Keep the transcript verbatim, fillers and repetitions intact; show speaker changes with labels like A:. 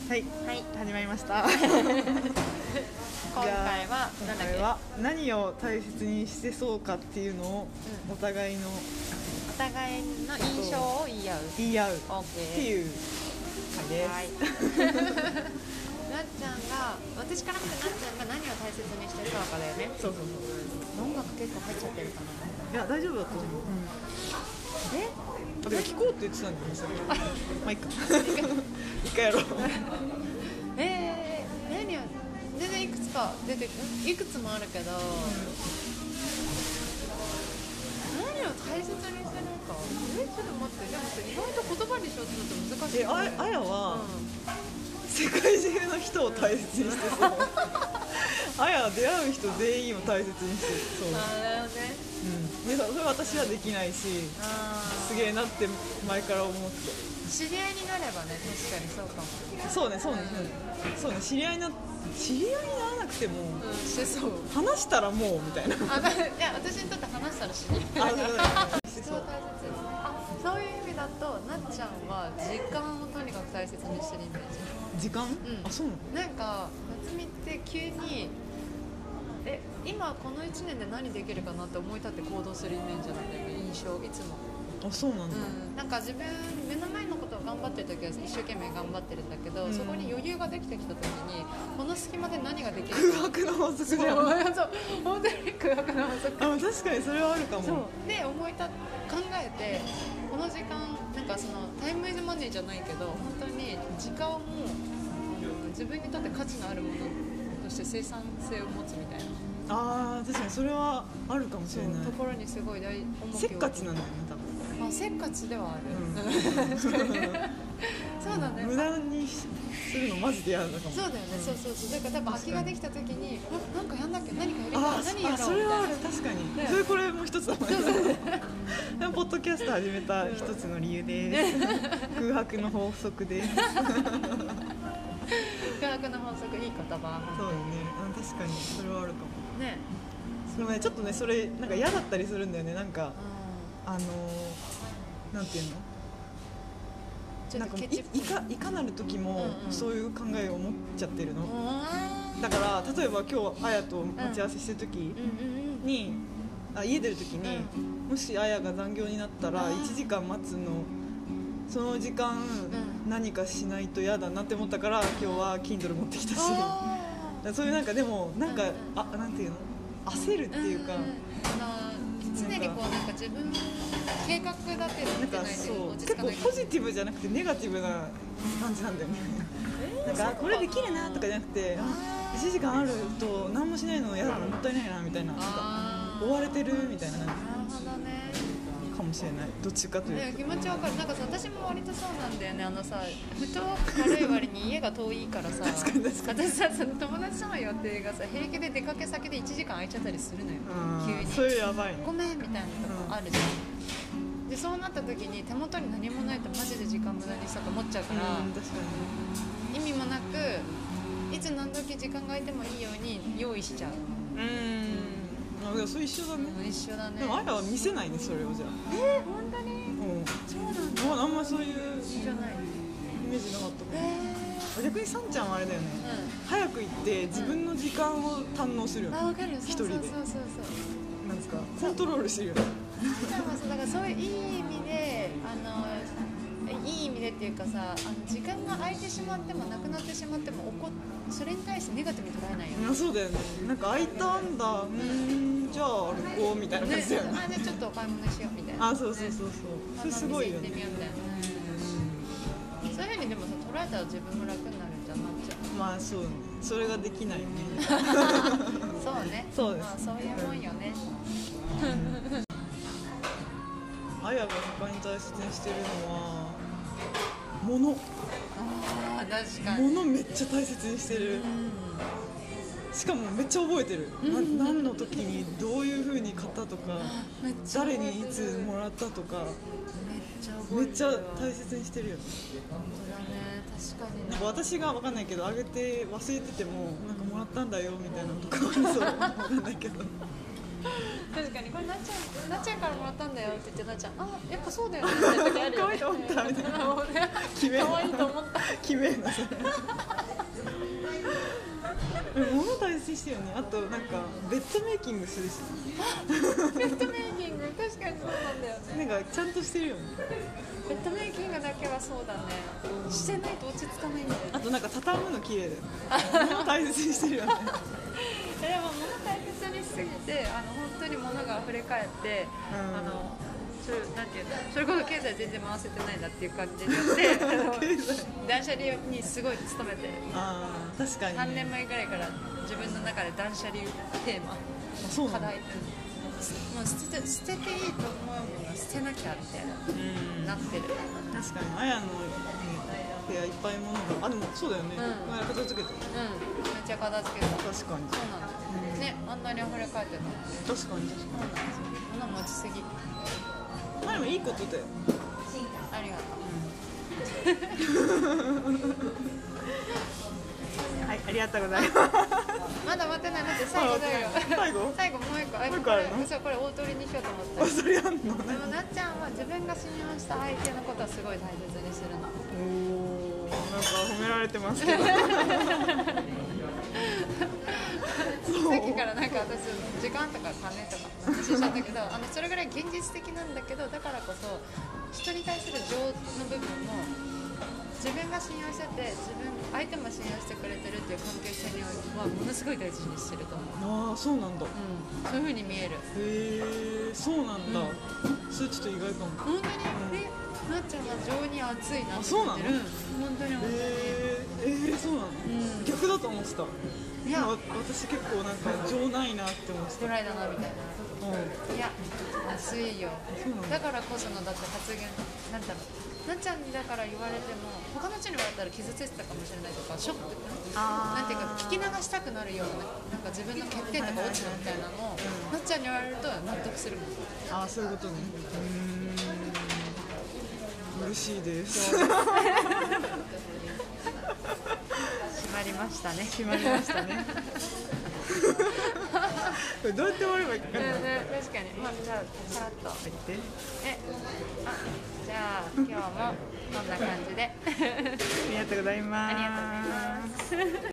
A: はい、
B: はい、
A: 始まりました。
B: 今回は
A: 今回は何を大切にしてそうかっていうのをお互いの、
B: お互いの印象を言い合う
A: 言い合うっ
B: OK
A: ていう回です。
B: はいなっちゃんが、私から見てなっちゃんが何を大切にしてるかわかだよね。
A: そうそうそう。
B: 音楽結構入っちゃってるかな。
A: いや大丈夫だと思う。うん、え？あ、でも聞こうって言ってたんだよね。それ。まあいいか。一回やろう。
B: えー、何を全然いくつか出てくる、いくつもあるけど、うん、何を大切にしてるか。え、ちょっと待って、でも意外と言葉にしようとすると難しい、ね。
A: え、あ、あやは、うん、世界中の人を大切にしてそう。あやは出会う人全員を大切にしてそう。
B: あ、だよね。
A: うん。で、それ私はできないし、すげえなって前から思って。
B: 知り合いになればね、確かにそうかも。
A: そうね、そうね、うん、そうね、知り合いな知り合いにならなくても、うん、
B: してそう。
A: 話したらもうみたいな。
B: あ、いや、私にとって話したら知り合い。あ、そう、大切。あ、そういう意味だと、なっちゃんは時間をとにかく大切にしてるイメージ。
A: 時間？うん、あ、そうなの？
B: なんか夏美って急に、え、今このいちねんで何できるかなって思い立って行動するイメージなんだよね、印象いつも。
A: あ、そうなんだ、
B: うん、なんか自分目の前のことを頑張ってる時は一生懸命頑張ってるんだけど、うん、そこに余裕ができてきた時にこの隙間で何ができるか、
A: 空白の法則だよ。
B: そう、本当に空白の法則。
A: あ、確かにそれはあるかも。
B: そうで思いた考えて、この時間なんかそのタイムイズマネーじゃないけど、本当に時間をもう自分にとって価値のあるものとして生産性を持つみたいな。
A: あー、確かにそれはあるかもしれない。
B: ところにすごい大重きを、
A: せっかちなんだよね、多分。
B: まあ、せっかちではある、うん、そうだね、
A: 無駄にするのマジで嫌だかも。そうだよね、
B: うん、そうそうそう。だから多分空きができた時に、なんかやんなきゃ、何かやりたい、何やろうみたいな。
A: それはある、確かに、ね、それこれも一つだもんね。でもポッドキャスト始めた一つの理由です。空白の法則です。
B: 空白の法則、いい言葉。
A: そうだね、確かにそれはあるかも
B: ね。
A: でもね、ちょっとね、それなんか嫌だったりするんだよね。なんか、うん、あのー、なんていうの、なんか い, い, かいかなる時もそういう考えを持っちゃってるの、うん、だから例えば今日あやと待ち合わせしてる時に、うん、あ家出る時に、うん、もしあやが残業になったらいちじかん待つの、その時間、うん、何かしないと嫌だなって思ったから今日は Kindle 持ってきたし、そういうなんかでもなんか、あ、なんていうの、焦るっていうか、うんうん、
B: あの常にこうなんか自分計画立てるってないと落ち着かない。
A: 結構ポジティブじゃなくてネガティブな感じなんだよね。えー、なんかこれできるなとかじゃなくて、いちじかんあると何もしないの嫌だ、もったいないなみたいな、なんか追われてるみたいな感じ。
B: なるほどね。
A: かもしれない。どっちかというと。
B: 気持ちわかる。なんかさ、私も割とそうなんだよね。あのさ、ふと軽い割に家が遠いからさ、
A: 確かに確かに。
B: 私さ、その友達との予定がさ、平気で出かけ先でいちじかん空いちゃったりするのよ。急に。
A: それやばいね。
B: ごめんみたいなとこあるじゃん。うん、でそうなった時に手元に何もないとマジで時間無駄にしたと思っちゃうから、
A: うん、確か
B: に意味もなくいつ何時時間が空いてもいいように用意しちゃう。
A: うん。あ、でもそれ一緒だね。
B: 一緒だね。
A: でもあやは見せないね、それを。じゃあ
B: えー、本当に、
A: うん、
B: そうなんだ。
A: もうあんまそういう
B: じゃない
A: イメージなかったかも。
B: えー、
A: 逆にさんちゃんはあれだよね、うん、早く行って自分の時間を堪能するよね、
B: うん、あ、分かる。
A: 一人で。
B: そうそうそうそう、
A: なんですか、コントロールしてるよね。
B: さんちゃんはそうだから、そういういい意味で、あのいい意味でっていうかさ、あの時間が空いてしまってもなくなってしまっても怒それに対してネガティブに捉えないよね。
A: あ、そうだよね。なんか空いたんだ、うん、じゃあ歩こうみたいな感じだよね。
B: あ、じゃあちょっとお買い物しようみたいな。
A: あ、そうそうそうそう。それすごいよね。
B: 行ってみようみたいな。うん、そういう風にでもさ、捉えたら自分も楽になるんじゃん、なっちゃう。
A: まあそうね。それができないね。
B: そうね。
A: そうです。
B: まあそういうもんよね。
A: あやが他に大切にしてるのは物。
B: あ、確かに。
A: 物めっちゃ大切にしてる。うん、しかもめっちゃ覚えてる。うん、な何の時にどういう風に買ったとか、誰にいつもらったとか、めっちゃ大切にしてるよね。
B: 本当だね、確かにね。
A: なんか私が分かんないけどあげて忘れててもなんかもらったんだよみたいなのとかありそう。分かんないけど。
B: 確かにこれなっちゃん、なっちゃんからもらったんだよって言って、なっちゃん、あ、やっぱそうだよねって時あるよね。
A: 可愛いと思ったみたいな。
B: 可愛いと思った。
A: 決決めるのそれ物大切にしてるよね。あとなんかベッドメイキングするし
B: ベッドメイキング確かにそうなんだよね。
A: なんかちゃんとしてるよね。
B: ベッドメイキングだけはそうだね、してないと落ち着かないんだよね。
A: あとなんか畳むの綺麗だよね物大切にしてるよね
B: でも物大切にしすぎてあの本当に物が溢れ返って、うん、あのそれなんていうの、それこそ経済全然回せてないなっていう感じになって断捨離にすごい努めて、
A: あ確かに、ね、
B: さんねんまえぐらいから自分の中で断捨離テーマ課題、もう捨てて、捨てていいと思うものは捨てなきゃみたいな、うん、なってる。
A: 確かにあやの部屋いっぱい物があでもそうだよね、うん、片付けてる、
B: うん、めっちゃ片付けた。
A: 確かにそう
B: なんだよ、うん、ね、あんなに溢れ返ってた。
A: 確かに確かに
B: 物持ちすぎ。
A: まあでもいいことだよ。
B: ありがとう。
A: はい、ありがとうございます。
B: まだ待ってない、待って、最後だよ。
A: 最後？
B: 最後もう一個。もう一個あるの？そう、これ大取りにしようと思った。
A: 大取りあんの？で
B: もなっちゃんは自分が信用した相手のことをすごい大切にするの。
A: おお、なんか褒められてますけど。
B: さっきからなんか私時間とか金とか話しちゃったけど、あのそれぐらい現実的なんだけど、だからこそ人に対する情の部分も自分が信用してて、自分相手も信用してくれてるっていう関係性にはものすごい大事にしてると思う。
A: ああ、そうなんだ、うん、
B: そういう風に見える。
A: へえ、そうなんだ、うん、それちょっと意外かも。
B: 本当に、うん、なっちゃんは情に熱いなって
A: 思ってる。
B: 本当に思ってる。
A: えー、えー、そうなの、うん、逆だと思ってた。
B: いや、
A: 私結構なんか情ないなって思ってた。
B: ドライだなみたいな、うん、いや熱いよ。だからこそのだって発言なんだろう、なっちゃんにだから言われても他の人に言われたら傷ついてたかもしれないとか、ショックなんていうか聞き流したくなるような、なんか自分の欠点とか落ち度みたいなのを、なっちゃんに言われると納得するもん。
A: ああ、そういうことね。うーん、嬉しいです。
B: 決まりましたね。
A: 決まりましたね。これどうやって終わればいいかな。
B: ねね、確かに。まあじゃあさらっと
A: 入って。
B: え、あ、じゃあ今日もこんな感じで。
A: ありがとうございます。
B: ありがとうございます。